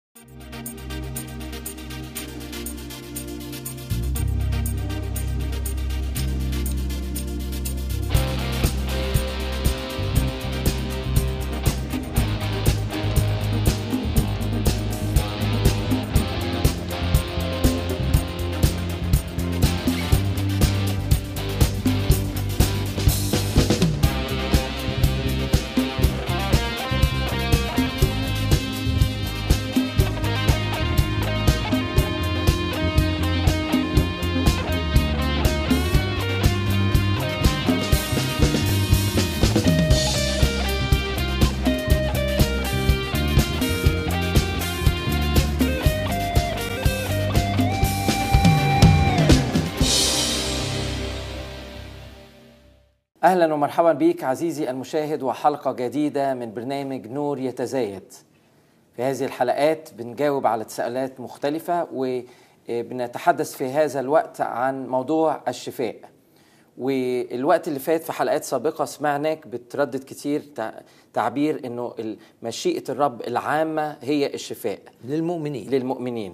أهلا ومرحبا بك عزيزي المشاهد وحلقة جديدة من برنامج نور يتزايد. في هذه الحلقات بنجاوب على تساؤلات مختلفة وبنتحدث في هذا الوقت عن موضوع الشفاء. والوقت اللي فات في حلقات سابقة سمعناك بتردد كتير تعبير إنه مشيئة الرب العامة هي الشفاء للمؤمنين.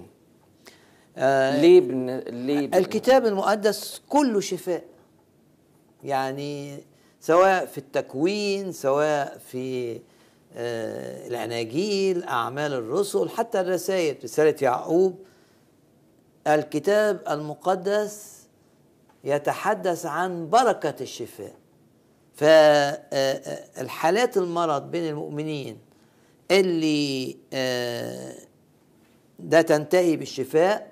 ليه الكتاب المقدس كله شفاء، يعني سواء في التكوين، سواء في الأناجيل، أعمال الرسل، حتى الرسائل، رسالة يعقوب. الكتاب المقدس يتحدث عن بركة الشفاء. فالحالات المرض بين المؤمنين اللي ده تنتهي بالشفاء،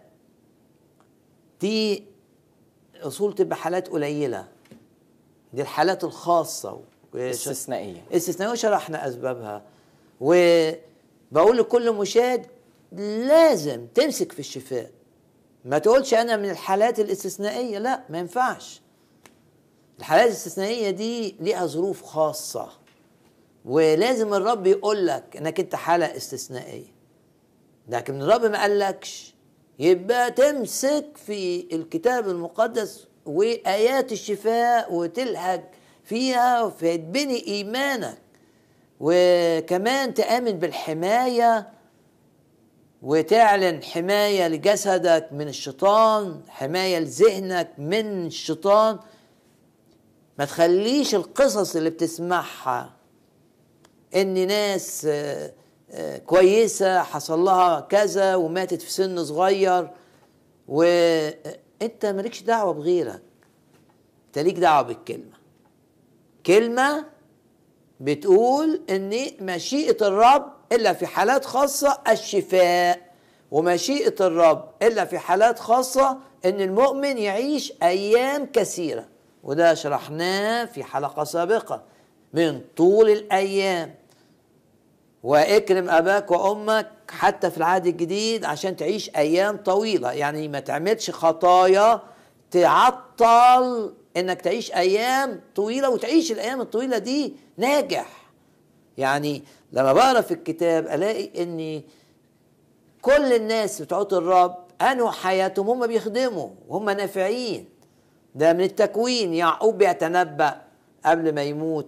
دي أصول تبقى حالات قليلة، دي الحالات الخاصة استثنائية وشرحنا أسبابها. وبقول لكل مشاهد لازم تمسك في الشفاء، ما تقولش أنا من الحالات الاستثنائية، لا، ما ينفعش. الحالات الاستثنائية دي ليها ظروف خاصة، ولازم الرب يقول لك إنك أنت حالة استثنائية، لكن الرب ما قالكش، يبقى تمسك في الكتاب المقدس وآيات الشفاء وتلهج فيها فتبني إيمانك، وكمان تآمن بالحماية وتعلن حماية لجسدك من الشيطان، حماية لذهنك من الشيطان. ما تخليش القصص اللي بتسمعها إن ناس كويسة حصل لها كذا وماتت في سن صغير، وانت مالكش دعوة بغيرك، انت ليك دعوة بالكلمة. كلمة بتقول ان مشيئة الرب الا في حالات خاصة الشفاء، ومشيئة الرب الا في حالات خاصة ان المؤمن يعيش ايام كثيرة، وده شرحناه في حلقة سابقة. من طول الايام، واكرم اباك وامك حتى في العهد الجديد عشان تعيش ايام طويله، يعني ما تعملش خطايا تعطل انك تعيش ايام طويله، وتعيش الايام الطويله دي ناجح. يعني لما بقرا في الكتاب الاقي ان كل الناس بتوع الرب انهوا حياتهم هم بيخدموا وهم نافعين. ده من التكوين، يعقوب بيتنبأ قبل ما يموت،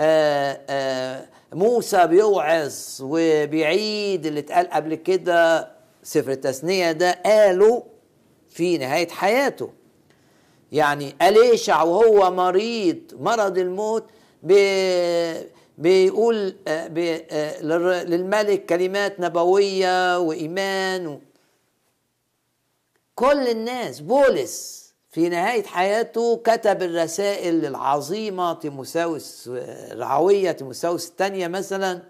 موسى بيوعظ وبيعيد اللي اتقال قبل كده، سفر التثنية ده قاله في نهاية حياته. يعني أليشع وهو مرض الموت بيقول للملك كلمات نبوية وإيمان. كل الناس، بولس في نهاية حياته كتب الرسائل العظيمة، تيموثاوس رعوية، تيموثاوس الثانية مثلا.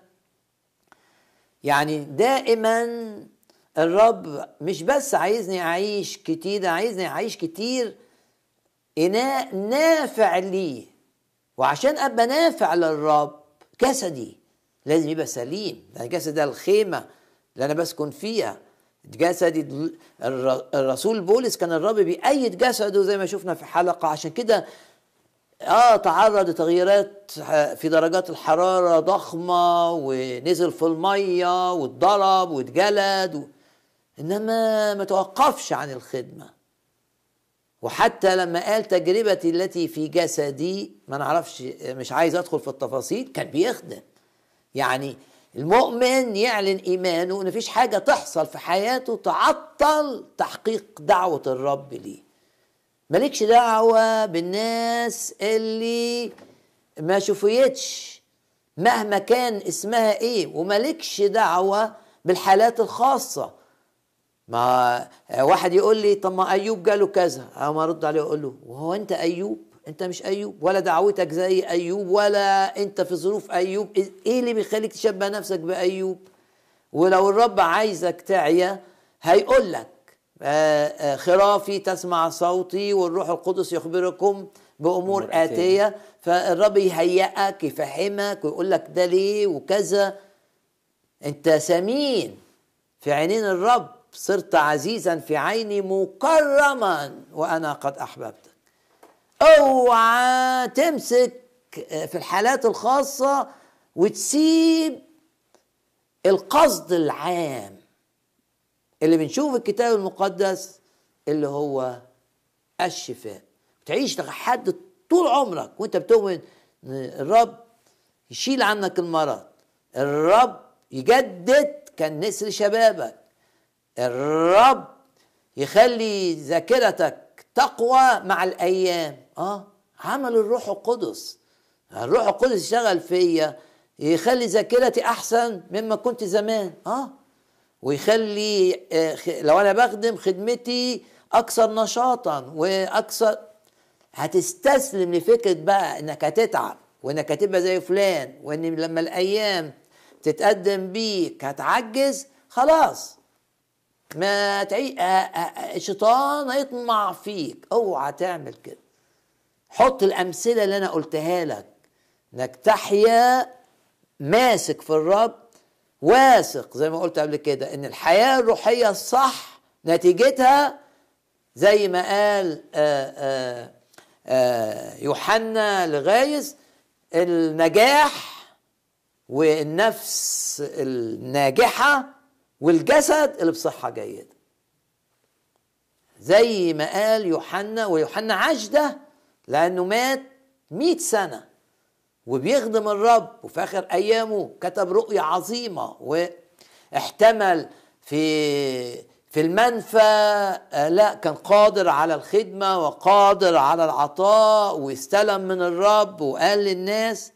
يعني دائما الرب مش بس عايزني أعيش كتير، عايزني أعيش كتير إناء نافع ليه. وعشان أبقى نافع للرب جسدي لازم يبقى سليم، لأن جسد ده الخيمة اللي أنا بسكن فيها. جسدي، الرسول بولس كان الرب بيأيد جسده زي ما شفنا في حلقة، عشان كده تعرض لتغييرات في درجات الحرارة ضخمة، ونزل في المية واتضرب واتجلد إنما ما توقفش عن الخدمة. وحتى لما قال تجربتي التي في جسدي، ما نعرفش، مش عايز أدخل في التفاصيل، كان بيخدم. يعني المؤمن يعلن ايمانه ان مفيش حاجه تحصل في حياته تعطل تحقيق دعوه الرب ليه. مالكش دعوه بالناس اللي ما شفيتش مهما كان اسمها ايه، ومالكش دعوه بالحالات الخاصه. ما واحد يقول لي طب ما ايوب جاله كذا، انا ارد عليه اقول له وهو انت ايوب؟ انت مش ايوب، ولا دعوتك زي ايوب، ولا انت في ظروف ايوب. ايه اللي بيخليك تشبه نفسك بايوب؟ ولو الرب عايزك تعيا هيقول لك خرافي تسمع صوتي والروح القدس يخبركم بامور اتيه. فالرب يهيئك يفهمك ويقول لك ده ليه وكذا. انت ثمين في عينين الرب، صرت عزيزا في عيني مكرما وانا قد احببتك. اوعى تمسك في الحالات الخاصه وتسيب القصد العام اللي بنشوف الكتاب المقدس اللي هو الشفاء. تعيش لحد طول عمرك وانت بتؤمن الرب يشيل عنك المرض، الرب يجدد كان نسر شبابك، الرب يخلي ذاكرتك تقوى مع الايام. عمل الروح القدس، الروح القدس يشتغل فيا يخلي ذاكرتي احسن مما كنت زمان. ويخلي لو انا بخدم خدمتي اكثر نشاطا واكثر. هتستسلم لفكره بقى انك هتتعب وانك هتبقى زي فلان، وان لما الايام تتقدم بيك هتعجز. خلاص ما الشيطان هيطمع فيك. اوعى تعمل كده. حط الامثله اللي انا قلتها لك، انك تحيا ماسك في الرب، واثق زي ما قلت قبل كده ان الحياه الروحيه الصح نتيجتها زي ما قال يوحنا لغايز النجاح والنفس الناجحه والجسد اللي بصحه جيده. زي ما قال يوحنا، ويوحنا عاش ده لانه مات 100 سنه وبيخدم الرب، وفي اخر ايامه كتب رؤية عظيمة واحتمل في المنفى. لا، كان قادر على الخدمة وقادر على العطاء، واستلم من الرب وقال للناس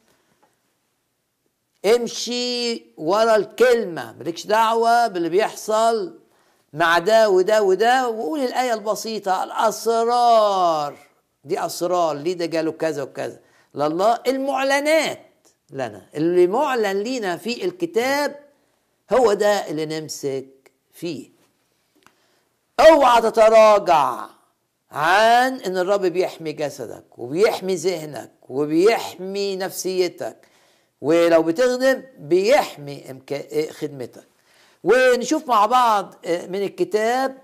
امشي ورا الكلمة، مالكش دعوة باللي بيحصل مع ده وده وده. وقول الآية البسيطة الأسرار دي أسرار ليه ده جاله كذا وكذا. لله المعلنات لنا، اللي معلن لينا في الكتاب هو ده اللي نمسك فيه. اوعى تتراجع عن ان الرب بيحمي جسدك وبيحمي ذهنك وبيحمي نفسيتك، ولو بتخدم بيحمي خدمتك. ونشوف مع بعض من الكتاب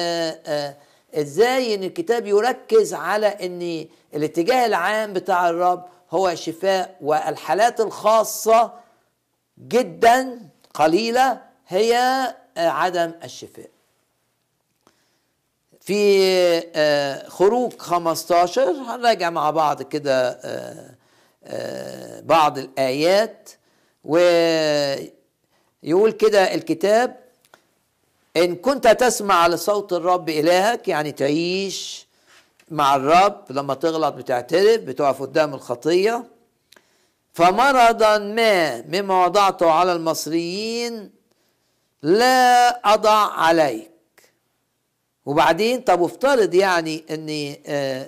ازاي ان الكتاب يركز على ان الاتجاه العام بتاع الرب هو الشفاء، والحالات الخاصة جدا قليلة هي عدم الشفاء. في خروج 15 هنراجع مع بعض كده بعض الآيات، ويقول كده الكتاب إن كنت تسمع لصوت الرب إلهك، يعني تعيش مع الرب، لما تغلط بتعترف بتقف قدام الخطية. فمرضا ما مما وضعته على المصريين لا أضع عليك. وبعدين طب افترض يعني أني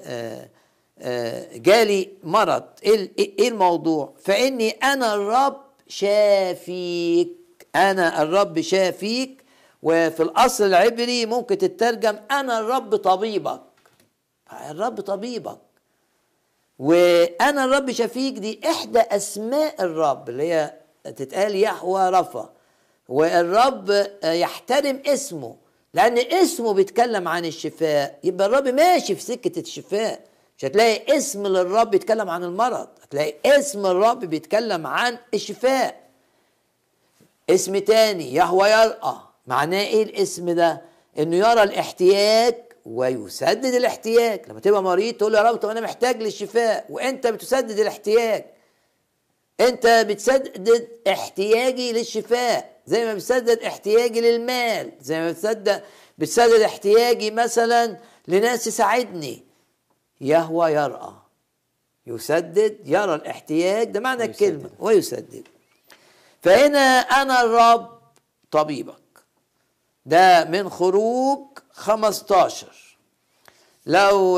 جالي مرض، إيه الموضوع؟ فإني أنا الرب شافيك، أنا الرب شافيك. وفي الأصل العبري ممكن تترجم أنا الرب طبيبك. الرب طبيبك، وأنا الرب شفيك دي إحدى أسماء الرب اللي هي تتقال يهوه رفا. والرب يحترم اسمه لأن اسمه بيتكلم عن الشفاء، يبقى الرب ماشي في سكة الشفاء. مش هتلاقي اسم للرب بيتكلم عن المرض، هتلاقي اسم الرب بيتكلم عن الشفاء. اسم تاني يهوه يرأى، معناه ايه الاسم ده؟ انه يرى الاحتياج ويسدد الاحتياج. لما تبقى مريض تقول يا رب طب انا محتاج للشفاء، وانت بتسدد الاحتياج. انت بتسدد احتياجي للشفاء، زي ما بتسدد احتياجي للمال، زي ما بتسدد احتياجي مثلا لناس تساعدني. يهوى يرأى، يسدد، يرى الاحتياج، ده معنى الكلمة، ويسدد. فهنا أنا الرب طبيبك، ده من خروج 15. لو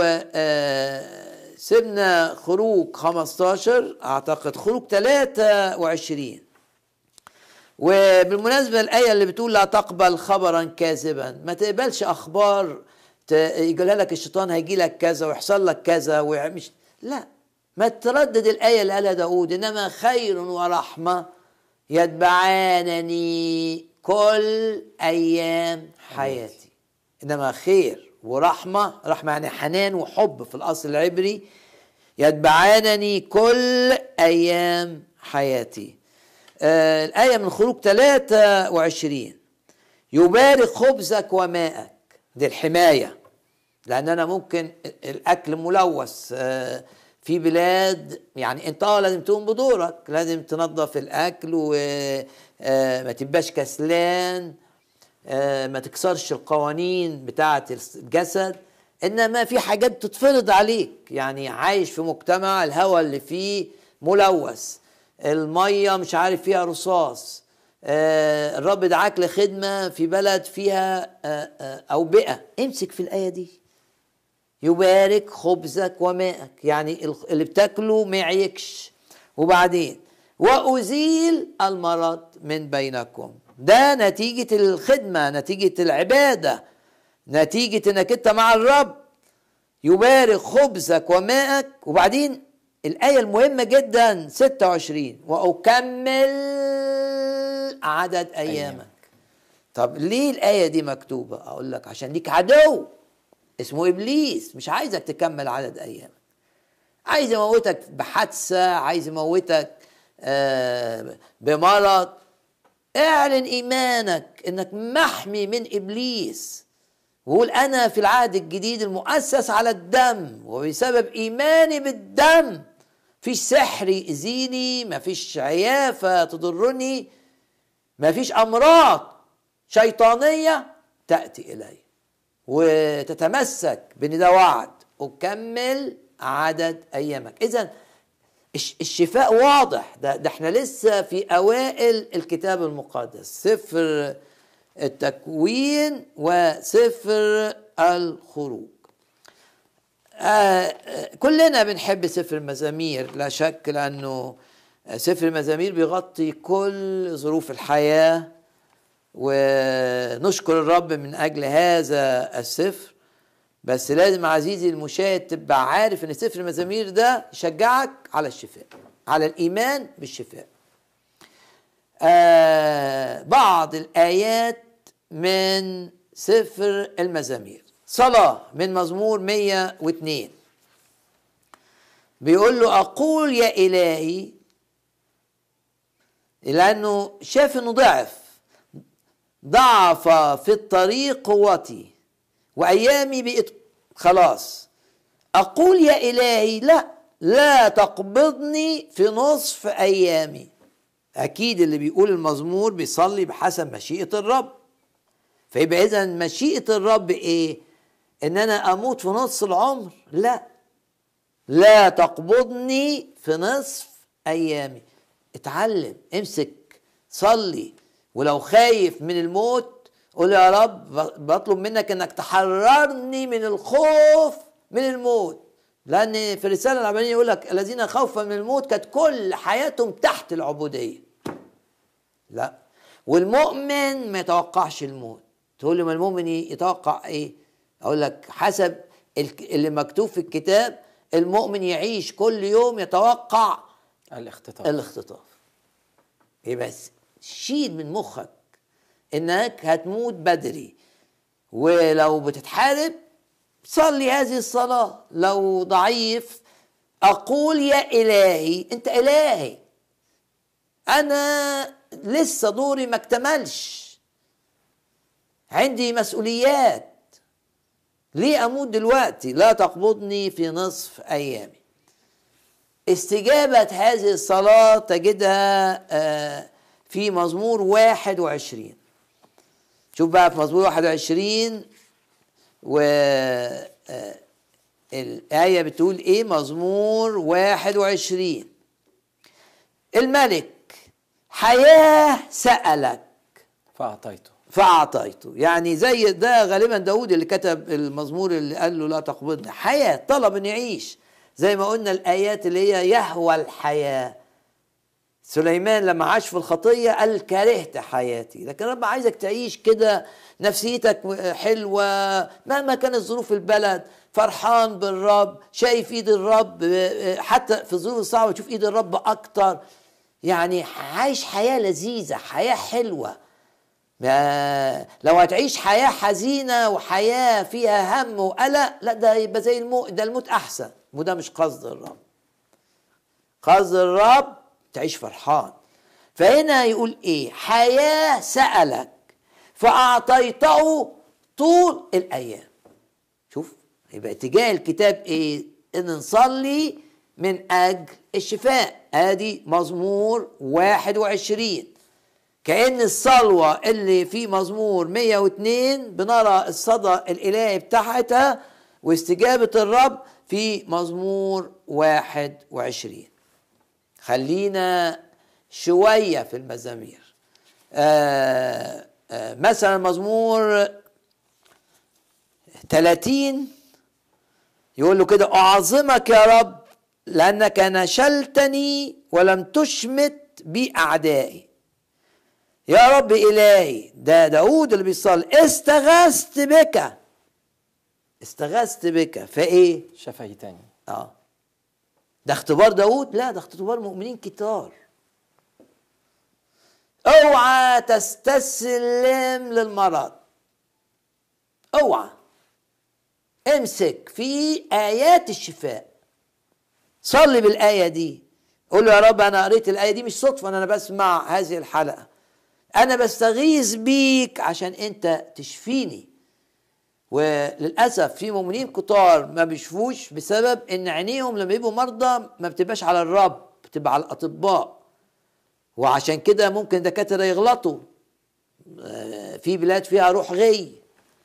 سيبنا خروج 15 أعتقد خروج 23. وبالمناسبة الآية اللي بتقول لا تقبل خبرا كاذبا، ما تقبلش أخبار يقولها لك الشيطان هيجي لك كذا ويحصل لك كذا ومش، لا، ما تردد الآية اللي قالها داود، إنما خير ورحمة يتبعانني كل أيام حياتي. إنما خير ورحمة، رحمة يعني حنان وحب في الأصل العبري، يتبعانني كل أيام حياتي. الآية من خروج 23 يبارك خبزك وماءك، دي الحماية، لأن أنا ممكن الأكل ملوث في بلاد، يعني أنت لازم تقوم بدورك، لازم تنظف الأكل وما تبقاش كسلان، ما تكسرش القوانين بتاعة الجسد، إنما في حاجات تتفرض عليك، يعني عايش في مجتمع الهواء اللي فيه ملوث، المية مش عارف فيها رصاص، الرب دعاك لخدمة في بلد فيها أوبئة، امسك في الآية دي، يبارك خبزك وماءك، يعني اللي بتاكله ما يعيكش. وبعدين وأزيل المرض من بينكم، ده نتيجة الخدمة، نتيجة العبادة، نتيجة انك انت مع الرب. يبارك خبزك وماءك. وبعدين الآية المهمة جدا 26 وأكمل عدد أيامك. طب ليه الآية دي مكتوبة؟ أقول لك عشان ليك عدو اسمه إبليس، مش عايزك تكمل عدد أيامك، عايز يموتك بحادثة، عايز يموتك بمرض. اعلن إيمانك إنك محمي من إبليس، وقول أنا في العهد الجديد المؤسس على الدم، وبسبب إيماني بالدم فيش سحر يأذيني، مفيش عيافة تضرني، مفيش أمراض شيطانية تأتي إلي. وتتمسك بأن ده وعد، وكمل عدد أيامك. إذن الشفاء واضح، ده احنا لسه في أوائل الكتاب المقدس، سفر التكوين وسفر الخروج. كلنا بنحب سفر المزامير لا شك، لأنه سفر المزامير بيغطي كل ظروف الحياة، ونشكر الرب من أجل هذا السفر. بس لازم عزيزي المشاهد تبقى عارف ان سفر المزامير ده يشجعك على الشفاء، على الإيمان بالشفاء. بعض الآيات من سفر المزامير. صلاة من مزمور 102 بيقول له أقول يا إلهي، لأنه شاف أنه ضعف في الطريق قوتي وأيامي بقت خلاص. أقول يا إلهي لا تقبضني في نصف أيامي. أكيد اللي بيقول المزمور بيصلي بحسب مشيئة الرب، فيبقى إذن مشيئة الرب إيه؟ إن أنا أموت في نصف العمر؟ لا تقبضني في نصف أيامي. اتعلم، امسك، صلي، ولو خايف من الموت قول يا رب بطلب منك انك تحررني من الخوف من الموت، لان في الرسالة العبرانية يقول لك الذين خوفا من الموت كانت كل حياتهم تحت العبودية. لا، والمؤمن ما يتوقعش الموت. تقول لي ما المؤمن يتوقع ايه؟ اقول لك حسب اللي مكتوب في الكتاب، المؤمن يعيش كل يوم يتوقع الاختطاف. ايه بس شيل من مخك انك هتموت بدري، ولو بتتحارب صلي هذه الصلاة. لو ضعيف اقول يا الهي، انت الهي، انا لسه دوري ما اكتملش، عندي مسؤوليات، ليه اموت دلوقتي؟ لا تقبضني في نصف ايامي. استجابة هذه الصلاة تجدها في مزمور 21. شوف بقى في مزمور 21 الآية بتقول إيه؟ مزمور 21: الملك حياة سألك فأعطيته. يعني زي ده غالبا داود اللي كتب المزمور اللي قال له لا تقبضني. حياة، طلب ان يعيش. زي ما قلنا الآيات اللي هي يهوى الحياة. سليمان لما عاش في الخطية قال كرهت حياتي، لكن رب عايزك تعيش كده نفسيتك حلوة مهما كانت ظروف البلد، فرحان بالرب، شايف ايد الرب، حتى في الظروف الصعبة تشوف ايد الرب اكتر. يعني عايش حياة لذيذة، حياة حلوة. لو هتعيش حياة حزينة وحياة فيها هم وقلق، لا ده يبقى زي الموت، ده الموت احسن، وده مش قصد الرب. قصد الرب تعيش فرحان. فهنا يقول ايه؟ حياة سألك فأعطيته طول الأيام. شوف يبقى اتجاه الكتاب ايه؟ ان نصلي من أجل الشفاء. ادي مزمور 21. كأن الصلوة اللي في مزمور 102 بنرى الصدى الإلهي بتاعتها واستجابة الرب في مزمور 21. خلينا شوية في المزامير. مثلا مزمور 30 يقول له كده: أعظمك يا رب لأنك نشلتني ولم تشمت بي أعدائي. يا رب إلهي، ده داود اللي بيصلي، استغاثت بك. استغاثت بك فإيه؟ شفيتني. ده اختبار داود؟ لا، ده اختبار مؤمنين كتار. اوعى تستسلم للمرض، اوعى. امسك في آيات الشفاء، صلي بالآية دي، قول له يا رب أنا قريت الآية دي مش صدفة، أنا بسمع هذه الحلقة، أنا بستغيث بيك عشان أنت تشفيني. وللأسف في مؤمنين كتار ما بيشفوش بسبب إن عينيهم لما يبقوا مرضى ما بتبقاش على الرب، بتبقى على الأطباء. وعشان كده ممكن دكاترة يغلطوا. في بلاد فيها روح غي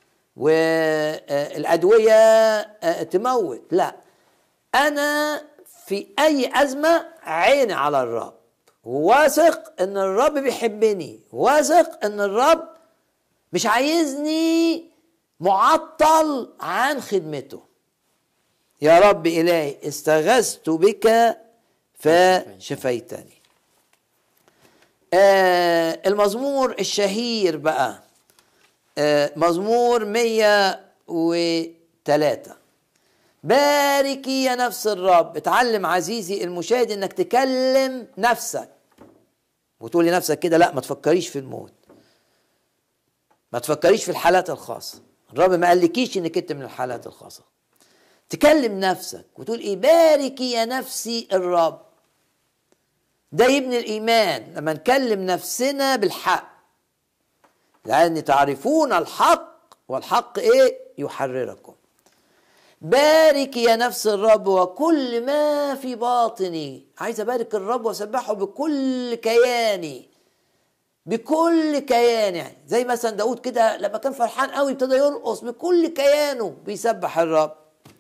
والأدوية تموت. لا، أنا في أي أزمة عيني على الرب، واثق إن الرب بيحبني، واثق إن الرب مش عايزني معطل عن خدمته. يا رب إلهي استغثت بك فشفيتني. المزمور الشهير بقى مزمور 103: باركي يا نفس الرب. اتعلم عزيزي المشاهد انك تكلم نفسك وتقول لنفسك كده: لا، ما تفكريش في الموت، ما تفكريش في الحالات الخاصة. الرب ما قالكيش انك انت من الحالات الخاصة. تكلم نفسك وتقول ايه؟ باركي يا نفسي الرب. ده يبني الإيمان لما نكلم نفسنا بالحق، لأن تعرفون الحق والحق إيه؟ يحرركم. بارك يا نفس الرب وكل ما في باطني. عايز أبارك الرب وأسبحه بكل كياني، بكل كياني. يعني زي مثلا داود كده لما كان فرحان قوي ابتدى يرقص بكل كيانه بيسبح الرب.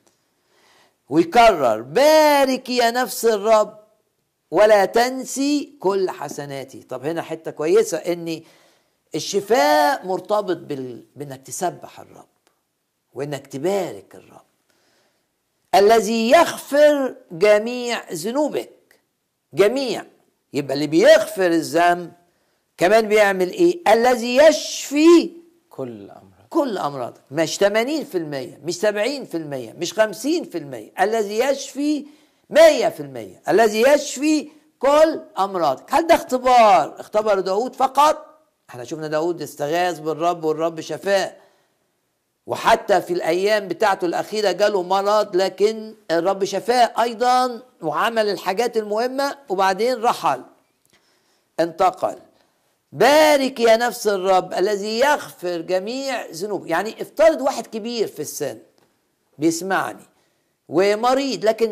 ويكرر: بارك يا نفس الرب ولا تنسي كل حسناتي. طب هنا حتة كويسة، ان الشفاء مرتبط بانك تسبح الرب وانك تبارك الرب الذي يغفر جميع ذنوبك. جميع، يبقى اللي بيغفر الذنب كمان بيعمل ايه؟ الذي يشفي كل امراضك. مش 80%، مش 70%، مش 50%، الذي يشفي 100%، الذي يشفي كل أمراضك. هل ده اختبر داود فقط؟ احنا شفنا داود استغاث بالرب والرب شفاه، وحتى في الأيام بتاعته الأخيرة جاله مرض لكن الرب شفاه أيضا وعمل الحاجات المهمة وبعدين رحل انتقل. بارك يا نفس الرب الذي يغفر جميع ذنوب. يعني افترض واحد كبير في السن بيسمعني ومريض، لكن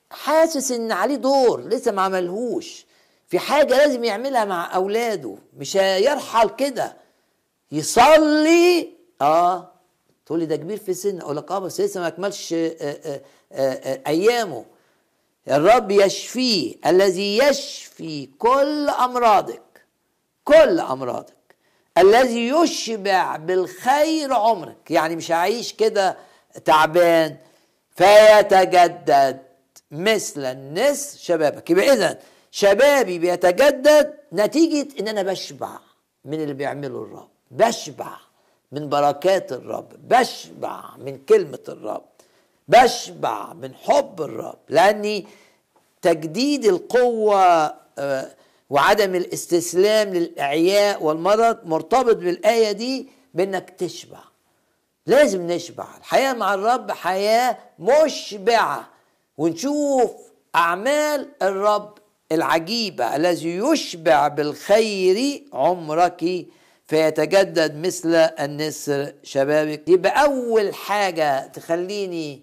حاسس ان عليه دور لسه ما عملهوش، في حاجة لازم يعملها مع اولاده، مش هيرحل كده يصلي. تقول لي ده كبير في السن، اقول لك بس لسه ما اكملش ايامه. الرب يشفيه، الذي يشفي كل امراضك، كل امراضك، الذي يشبع بالخير عمرك. يعني مش هعيش كده تعبان، فيتجدد مثل النسر شبابك. يبقى اذا شبابي بيتجدد نتيجة ان انا بشبع من اللي بيعمله الرب، بشبع من بركات الرب، بشبع من كلمة الرب، بشبع من حب الرب. لاني تجديد القوة وعدم الاستسلام للإعياء والمرض مرتبط بالآية دي بأنك تشبع. لازم نشبع. الحياة مع الرب حياة مشبعة، ونشوف أعمال الرب العجيبة، الذي يشبع بالخير عمرك فيتجدد مثل النسر شبابك. يبقى أول حاجة تخليني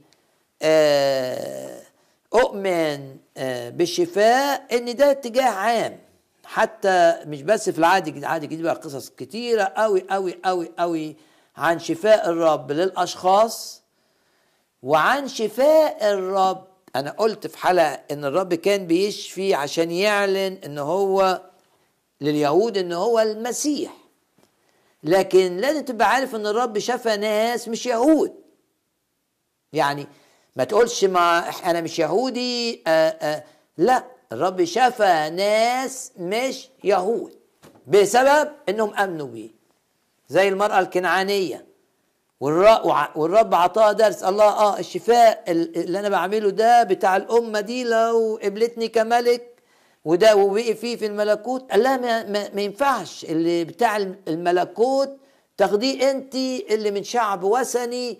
أؤمن بالشفاء إن ده اتجاه عام، حتى مش بس في العهد الجديد. العهد الجديد بقى قصص كتيرة قوي قوي قوي قوي عن شفاء الرب للأشخاص وعن شفاء الرب. أنا قلت في حلقة إن الرب كان بيشفي عشان يعلن إن هو لليهود إن هو المسيح، لكن لازم تبقى عارف إن الرب شفى ناس مش يهود. يعني ما تقولش ما أنا مش يهودي لا، الرب شفى ناس مش يهود بسبب إنهم آمنوا بيه، زي المرأة الكنعانية، والرب عطاها درس. الله الشفاء اللي انا بعمله ده بتاع الامه دي لو قبلتني كملك وده وبقي فيه في الملكوت، قال لها ما ينفعش اللي بتاع الملكوت تاخديه انت اللي من شعب وثني،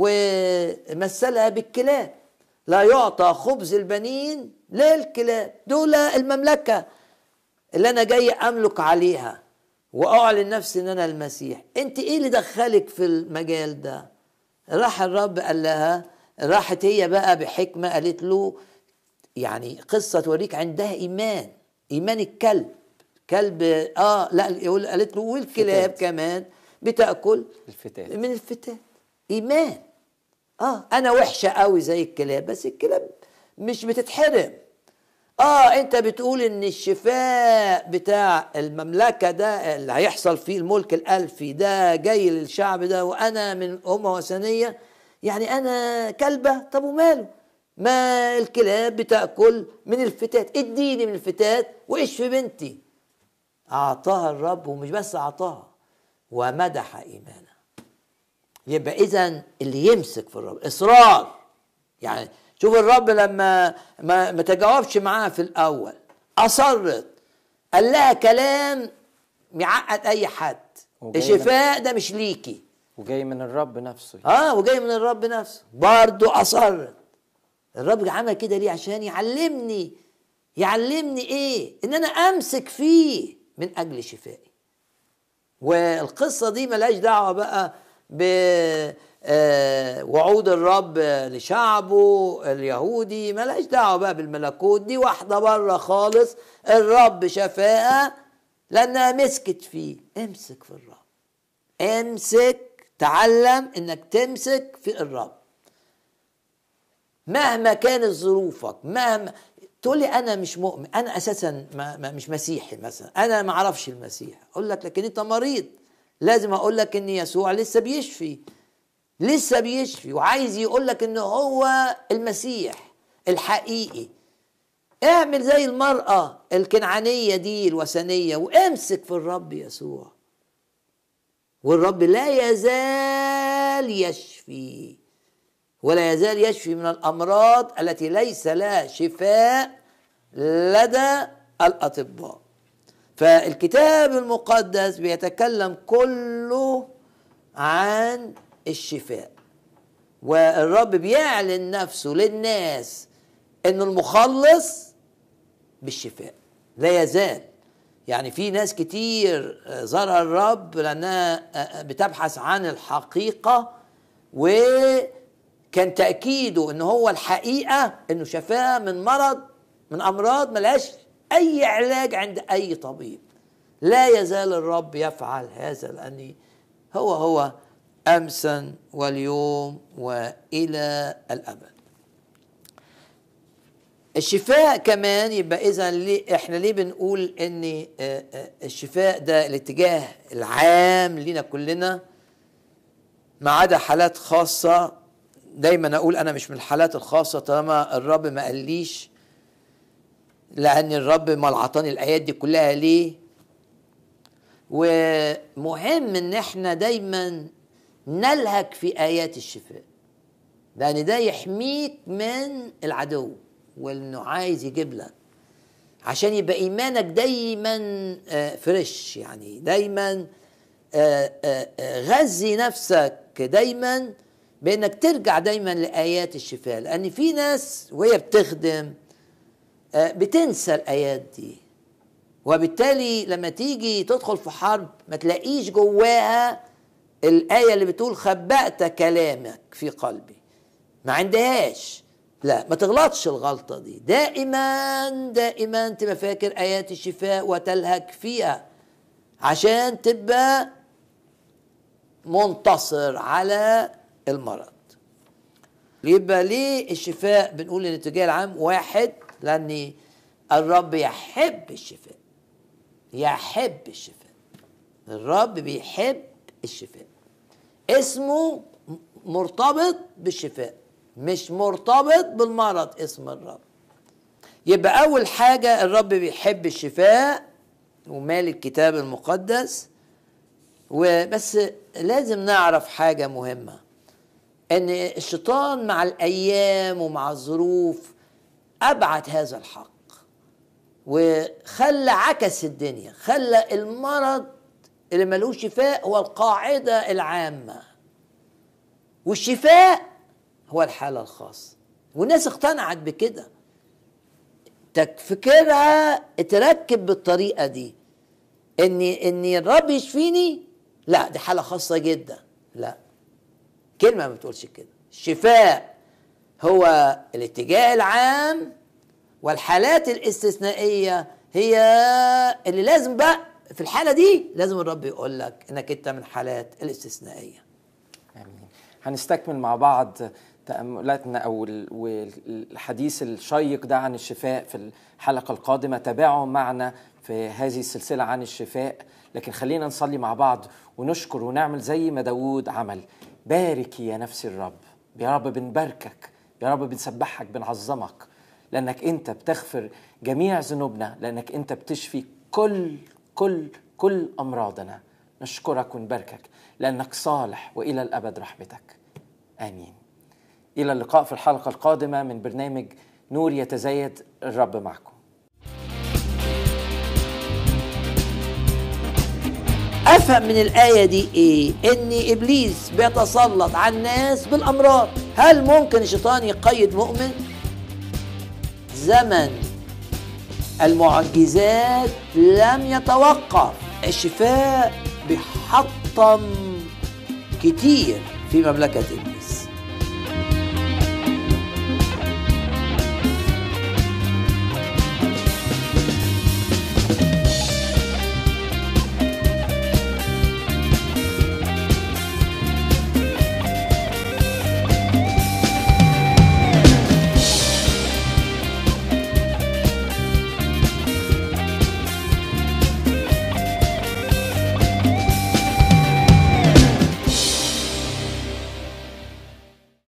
ومثلها بالكلاب. لا يعطى خبز البنين للكلاب، دول المملكه اللي انا جاي املك عليها واعلن نفسي ان انا المسيح. انت ايه اللي دخلك في المجال ده؟ راح الرب قال لها، راحت هي بقى بحكمه قالت له، يعني قصه توريك عندها ايمان الكلب. كلب لا يقول، قالت له والكلاب كمان بتاكل الفتات من الفتات. ايمان. انا وحشه قوي زي الكلاب، بس الكلاب مش بتتحرم. انت بتقول ان الشفاء بتاع المملكة ده اللي هيحصل فيه الملك الالفي ده جاي للشعب ده، وانا من امة وثنية، يعني انا كلبة؟ طب وماله، ما الكلاب بتأكل من الفتات، اديني من الفتات واشفي بنتي. اعطاها الرب، ومش بس اعطاها، ومدح ايمانها. يبقى اذا اللي يمسك في الرب اصرار. يعني شوف الرب لما ما تجاوبش معاها في الاول، اصرت، قال لها كلام يعقد اي حد، الشفاء ده مش ليكي، وجاي من الرب نفسه. وجاي من الرب نفسه، برضه اصرت. الرب عمل كده ليه؟ عشان يعلمني ايه؟ ان انا امسك فيه من اجل شفائي. والقصه دي ملهاش دعوه بقى وعود الرب لشعبه اليهودي، ملهاش دعوه بقى بالملكوت، دي واحده بره خالص. الرب شفاها لانها مسكت فيه. امسك في الرب، امسك، تعلم انك تمسك في الرب مهما كانت ظروفك. مهما تقول لي انا مش مؤمن، انا اساسا مش مسيحي مثلا، انا ما اعرفش المسيح، اقول لك لكن انت مريض. لازم اقول لك ان يسوع لسه بيشفي وعايز يقول لك ان هو المسيح الحقيقي. اعمل زي المرأة الكنعانية دي الوثنية، وامسك في الرب يسوع، والرب لا يزال يشفي، ولا يزال يشفي من الأمراض التي ليس لها شفاء لدى الأطباء. فالكتاب المقدس بيتكلم كله عن الشفاء، والرب بيعلن نفسه للناس انه المخلص بالشفاء لا يزال. يعني في ناس كتير زارها الرب لانها بتبحث عن الحقيقة، وكان كان تأكيده ان هو الحقيقة انه شفاه من مرض، من امراض ملهاش اي علاج عند اي طبيب. لا يزال الرب يفعل هذا، لأن هو أمسا واليوم وإلى الأبد. الشفاء كمان يبقى إذن احنا ليه بنقول ان الشفاء ده الاتجاه العام لينا كلنا ما عدا حالات خاصة. دايما اقول انا مش من الحالات الخاصة طالما الرب ما قاليش، لأن الرب ما عطاني الآيات دي كلها ليه. ومهم ان احنا دايما نلهك في آيات الشفاء، لأن ده يحميك من العدو وانه عايز يجيب لك، عشان يبقى ايمانك دايما فريش، يعني دايما غذي نفسك دايما بانك ترجع دايما لآيات الشفاء. لأن في ناس وهي بتخدم بتنسى الآيات دي، وبالتالي لما تيجي تدخل في حرب ما تلاقيش جواها الآية اللي بتقول خبأت كلامك في قلبي، ما عندهاش. لا، ما تغلطش الغلطة دي. دائما تبقى فاكر آيات الشفاء وتلهك فيها عشان تبقى منتصر على المرض. يبقى ليه الشفاء بنقول الاتجاه العام؟ واحد، لأن الرب يحب الشفاء. يحب الشفاء، الرب بيحب الشفاء، اسمه مرتبط بالشفاء، مش مرتبط بالمرض اسم الرب. يبقى أول حاجة الرب بيحب الشفاء ومال الكتاب المقدس. وبس لازم نعرف حاجة مهمة، ان الشيطان مع الأيام ومع الظروف أبعد هذا الحق وخلى عكس الدنيا، خلى المرض اللي ملوش شفاء هو القاعدة العامة، والشفاء هو الحالة الخاصة. والناس اقتنعت بكده، فكرها تركب بالطريقة دي ان الرب يشفيني، لا دي حالة خاصة جدا. لا، كلمة ما بتقولش كده. الشفاء هو الاتجاه العام، والحالات الاستثنائية هي اللي لازم بقى في الحالة دي لازم الرب يقول لك انك انت من حالات الاستثنائية. آمين. هنستكمل مع بعض تأملاتنا أو الحديث الشيق ده عن الشفاء في الحلقة القادمة. تابعوا معنا في هذه السلسلة عن الشفاء، لكن خلينا نصلي مع بعض ونشكر ونعمل زي ما داود عمل. باركي يا نفسي الرب. يا رب بنباركك، يا رب بنسبحك، بنعظمك، لأنك أنت بتغفر جميع ذنوبنا، لأنك أنت بتشفي كل أمراضنا. نشكرك ونباركك لأنك صالح وإلى الأبد رحمتك. آمين. إلى اللقاء في الحلقة القادمة من برنامج نور يتزايد. الرب معكم. أفهم من الآية دي إيه؟ إن إبليس بيتسلط على الناس بالأمراض. هل ممكن الشيطان يقيد مؤمن؟ زمن المعجزات لم يتوقف. الشفاء بيحطم كتير في مملكة إبليس.